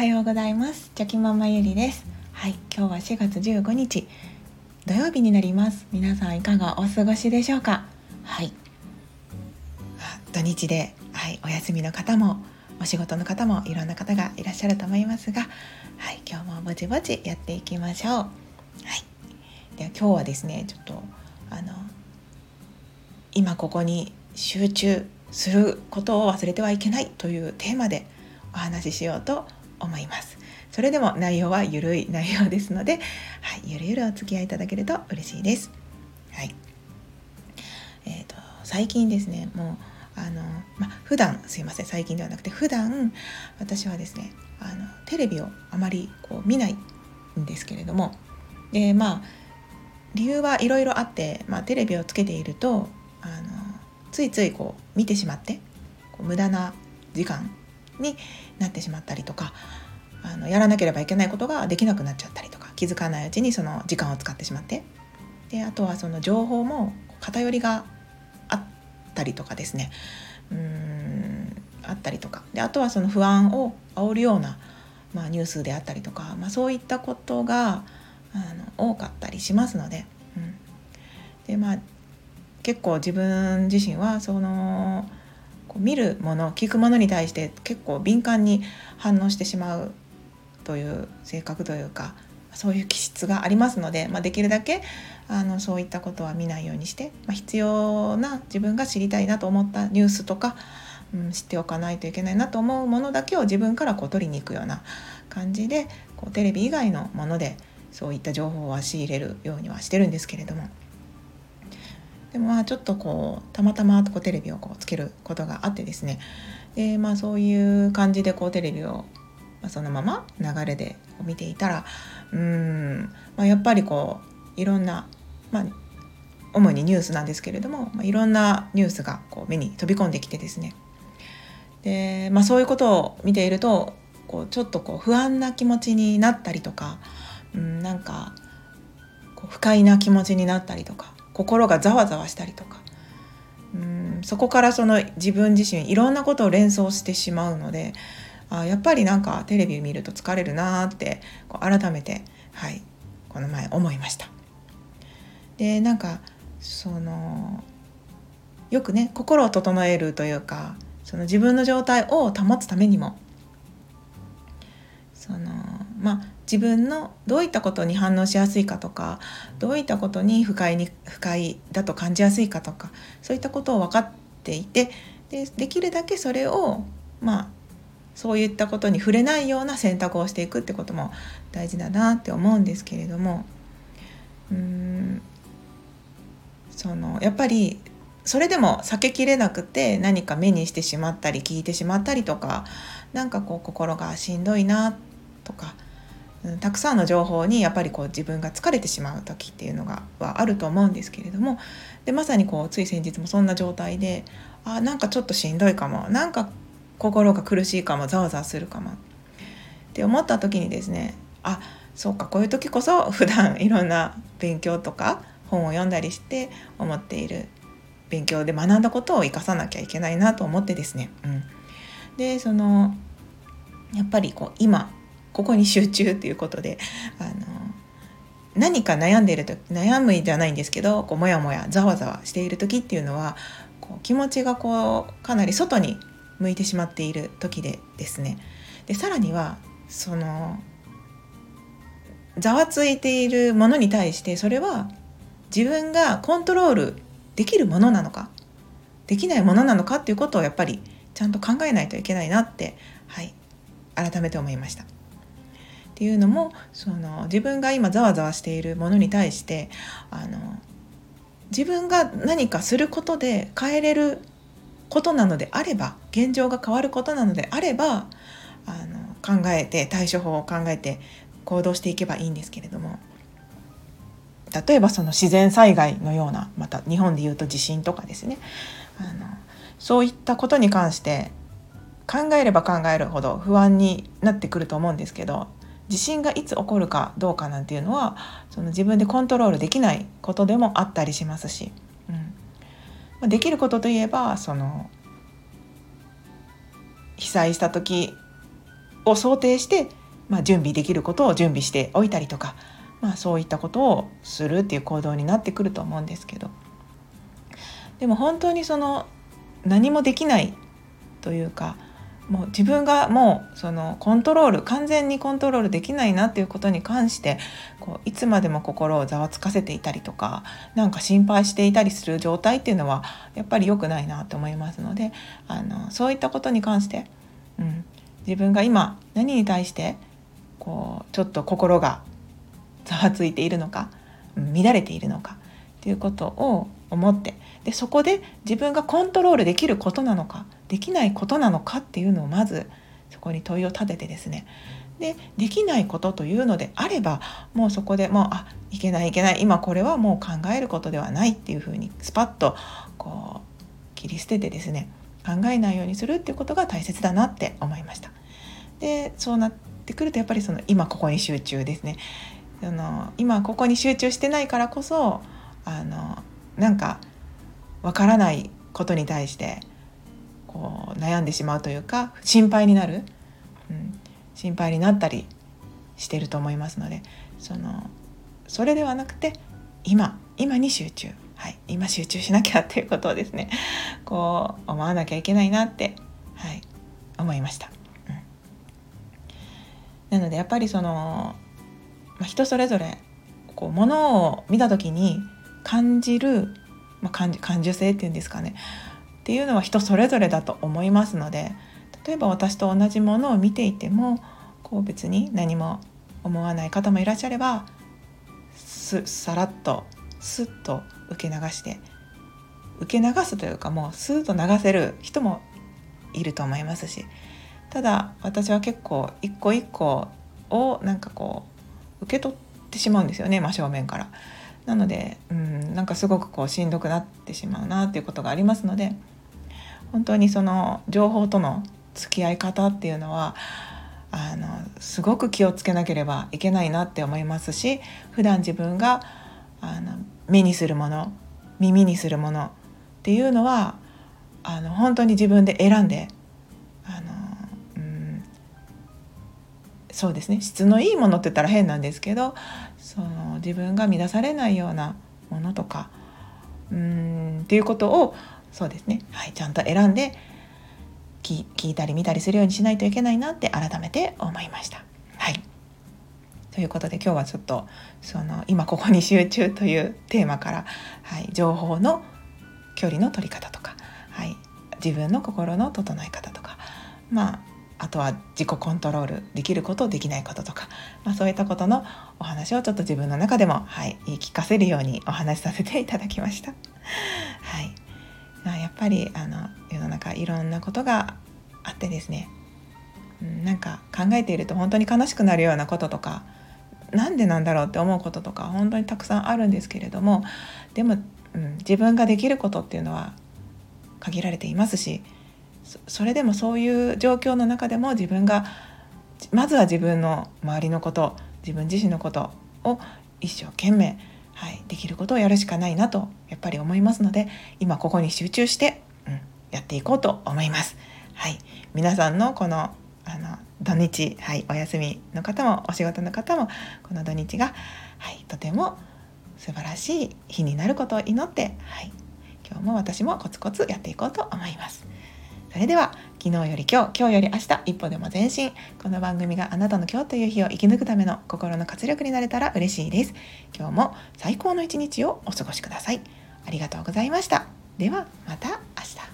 はようございます。チョキママゆりです。はい、今日は4月15日土曜日になります。皆さんいかがお過ごしでしょうか。はい、土日で、お休みの方もお仕事の方もいろんな方がいらっしゃると思いますが、今日もぼちぼちやっていきましょう。では今日はですね、ちょっと今ここに集中することを忘れてはいけないというテーマでお話ししようと思います。それでも内容はゆるい内容ですので、ゆるゆるお付き合いいただけると嬉しいです。最近ですね、もう普段最近ではなくて普段私はですねテレビをあまり見ないんですけれども、で理由はいろいろあって、テレビをつけているとついつい見てしまって無駄な時間になってしまったりとか、やらなければいけないことができなくなっちゃったりとか、気づかないうちにその時間を使ってしまって、であとはその情報も偏りがあったりとかですね、あったりとかで、あとはその不安を煽るような、ニュースであったりとか、そういったことが多かったりしますので、で結構自分自身はその見るもの聞くものに対して結構敏感に反応してしまうという性格というか、そういう気質がありますので、できるだけそういったことは見ないようにして、必要な自分が知りたいなと思ったニュースとか、知っておかないといけないなと思うものだけを自分から取りに行くような感じでテレビ以外のものでそういった情報は仕入れるようにはしてるんですけれども、でもちょっとたまたまテレビをつけることがあってですね、でそういう感じでテレビをそのまま流れで見ていたら、やっぱりいろんな、主にニュースなんですけれども、いろんなニュースが目に飛び込んできてですね、で、そういうことを見ているとちょっと不安な気持ちになったりとか、なんか不快な気持ちになったりとか、心がざわざわしたりとか、そこからその自分自身いろんなことを連想してしまうので、やっぱりテレビ見ると疲れるなって改めて、この前思いました。でそのよくね、心を整えるというか、その自分の状態を保つためにも自分のどういったことに反応しやすいかとか、どういったことに不快だと感じやすいかとか、そういったことを分かっていて、できるだけそれをそういったことに触れないような選択をしていくってことも大事だなって思うんですけれども、やっぱりそれでも避けきれなくて何か目にしてしまったり聞いてしまったりとか、心がしんどいなとか、たくさんの情報にやっぱり自分が疲れてしまう時っていうのはあると思うんですけれども、でまさについ先日もそんな状態で、ちょっとしんどいかも、心が苦しいかも、ざわざわするかもって思った時にですね、そうか、こういう時こそ普段いろんな勉強とか本を読んだりして思っている勉強で学んだことを生かさなきゃいけないなと思ってですね、でやっぱり今ここに集中っていうことで何か悩んでいると、悩むじゃないんですけど、もやもやざわざわしている時っていうのは気持ちがかなり外に向いてしまっている時でですね、でさらにはそのざわついているものに対して、それは自分がコントロールできるものなのかできないものなのかっていうことをやっぱりちゃんと考えないといけないなって、改めて思いました。っていうのも、自分が今ざわざわしているものに対して自分が何かすることで変えれることなのであれば、現状が変わることなのであれば考えて、対処法を考えて行動していけばいいんですけれども、例えばその自然災害のような、また日本でいうと地震とかですね、そういったことに関して考えれば考えるほど不安になってくると思うんですけど、地震がいつ起こるかどうかなんていうのはその自分でコントロールできないことでもあったりしますし、できることといえばその被災した時を想定して、準備できることを準備しておいたりとか、そういったことをするっていう行動になってくると思うんですけど、でも本当に何もできないというか、もう自分がもう完全にコントロールできないなっていうことに関していつまでも心をざわつかせていたりとか、なんか心配していたりする状態っていうのはやっぱり良くないなと思いますので、そういったことに関して、自分が今何に対してちょっと心がざわついているのか、乱れているのかっていうことを思って、でそこで自分がコントロールできることなのかできないことなのかっていうのをまずそこに問いを立ててですね、できないことというのであれば、もうそこでいけない今これはもう考えることではないっていうふうにスパッと切り捨ててですね、考えないようにするっていうことが大切だなって思いました。でそうなってくるとやっぱり今ここに集中ですね。今ここに集中してないからこそなんかわからないことに対して悩んでしまうというか、心配になる、心配になったりしていると思いますので、それではなくて今に集中、今集中しなきゃっていうことをですね思わなきゃいけないなって、思いました。なのでやっぱり人それぞれ物を見た時に感じる、感受性っていうんですかねっていうのは人それぞれだと思いますので、例えば私と同じものを見ていても別に何も思わない方もいらっしゃれば、さらっとスッと受け流すというか、もうスーッと流せる人もいると思いますし、ただ私は結構一個一個を受け取ってしまうんですよね、真正面から。なので、なんかすごくしんどくなってしまうなっていうことがありますので、本当に情報との付き合い方っていうのはすごく気をつけなければいけないなって思いますし、普段自分が目にするもの、耳にするものっていうのは本当に自分で選んでそうですね、質のいいものって言ったら変なんですけど、自分が乱されないようなものとかっていうことをそうですね、ちゃんと選んで聞いたり見たりするようにしないといけないなって改めて思いました。ということで今日はちょっと今ここに集中というテーマから、情報の距離の取り方とか、自分の心の整え方とか、あとは自己コントロールできることできないこととか、そういったことのお話をちょっと自分の中でも、言い聞かせるようにお話しさせていただきました。やっぱり世の中いろんなことがあってですね、なんか考えていると本当に悲しくなるようなこととか、なんでなんだろうって思うこととか本当にたくさんあるんですけれども、でも、自分ができることっていうのは限られていますし、それでもそういう状況の中でも自分がまずは自分の周りのこと、自分自身のことを一生懸命、できることをやるしかないなとやっぱり思いますので、今ここに集中して、やっていこうと思います。皆さんのこの土日、お休みの方もお仕事の方もこの土日が、とても素晴らしい日になることを祈って、今日も私もコツコツやっていこうと思います。それでは昨日より今日、今日より明日、一歩でも前進。この番組があなたの今日という日を生き抜くための心の活力になれたら嬉しいです。今日も最高の一日をお過ごしください。ありがとうございました。ではまた明日。